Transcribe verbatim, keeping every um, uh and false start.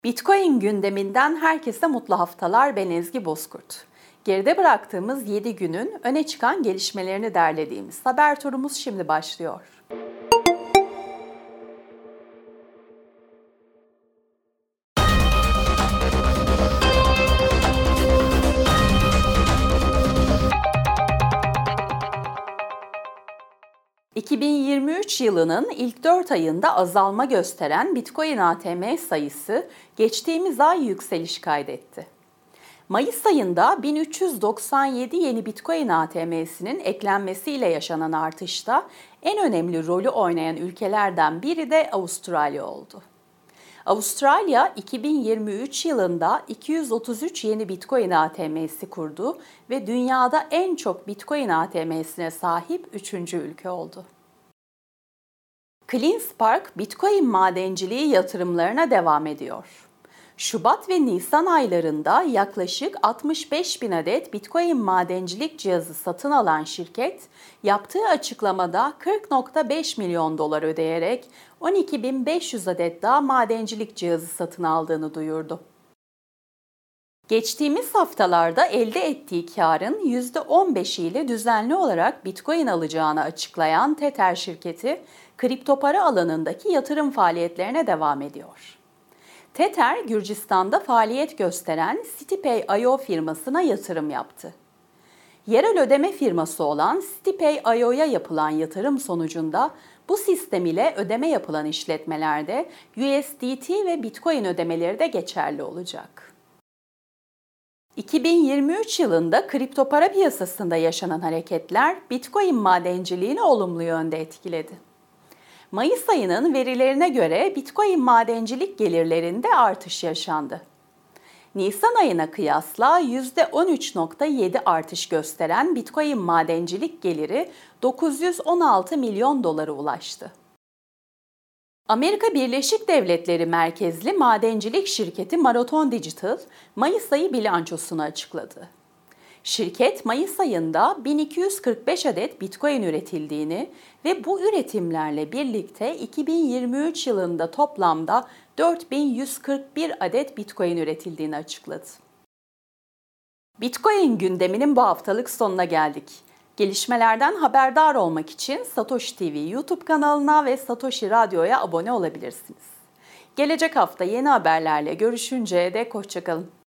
Bitcoin gündeminden herkese mutlu haftalar. Ben Ezgi Bozkurt. Geride bıraktığımız yedi günün öne çıkan gelişmelerini derlediğimiz haber turumuz şimdi başlıyor. iki bin yirmi üç yılının ilk dört ayında azalma gösteren Bitcoin A T M sayısı geçtiğimiz ay yükseliş kaydetti. Mayıs ayında bin üç yüz doksan yedi yeni Bitcoin A T M'sinin eklenmesiyle yaşanan artışta en önemli rolü oynayan ülkelerden biri de Avustralya oldu. Avustralya iki bin yirmi üç yılında iki yüz otuz üç yeni Bitcoin A T M'si kurdu ve dünyada en çok Bitcoin A T M'sine sahip üçüncü ülke oldu. CleanSpark, Bitcoin madenciliği yatırımlarına devam ediyor. Şubat ve Nisan aylarında yaklaşık altmış beş bin adet Bitcoin madencilik cihazı satın alan şirket, yaptığı açıklamada kırk virgül beş milyon dolar ödeyerek on iki bin beş yüz adet daha madencilik cihazı satın aldığını duyurdu. Geçtiğimiz haftalarda elde ettiği karın yüzde on beşi ile düzenli olarak Bitcoin alacağını açıklayan Tether şirketi, kripto para alanındaki yatırım faaliyetlerine devam ediyor. Tether, Gürcistan'da faaliyet gösteren CitiPay nokta io firmasına yatırım yaptı. Yerel ödeme firması olan CitiPay nokta io'ya yapılan yatırım sonucunda bu sistem ile ödeme yapılan işletmelerde U S D T ve Bitcoin ödemeleri de geçerli olacak. iki bin yirmi üç yılında kripto para piyasasında yaşanan hareketler Bitcoin madenciliğini olumlu yönde etkiledi. Mayıs ayının verilerine göre Bitcoin madencilik gelirlerinde artış yaşandı. Nisan ayına kıyasla yüzde on üç virgül yedi artış gösteren Bitcoin madencilik geliri dokuz yüz on altı milyon dolara ulaştı. Amerika Birleşik Devletleri merkezli madencilik şirketi Marathon Digital, Mayıs ayı bilançosunu açıkladı. Şirket, Mayıs ayında bin iki yüz kırk beş adet Bitcoin üretildiğini ve bu üretimlerle birlikte iki bin yirmi üç yılında toplamda dört bin yüz kırk bir adet Bitcoin üretildiğini açıkladı. Bitcoin gündeminin bu haftalık sonuna geldik. Gelişmelerden haberdar olmak için Satoshi T V YouTube kanalına ve Satoshi Radyo'ya abone olabilirsiniz. Gelecek hafta yeni haberlerle görüşünceye dek hoşça kalın.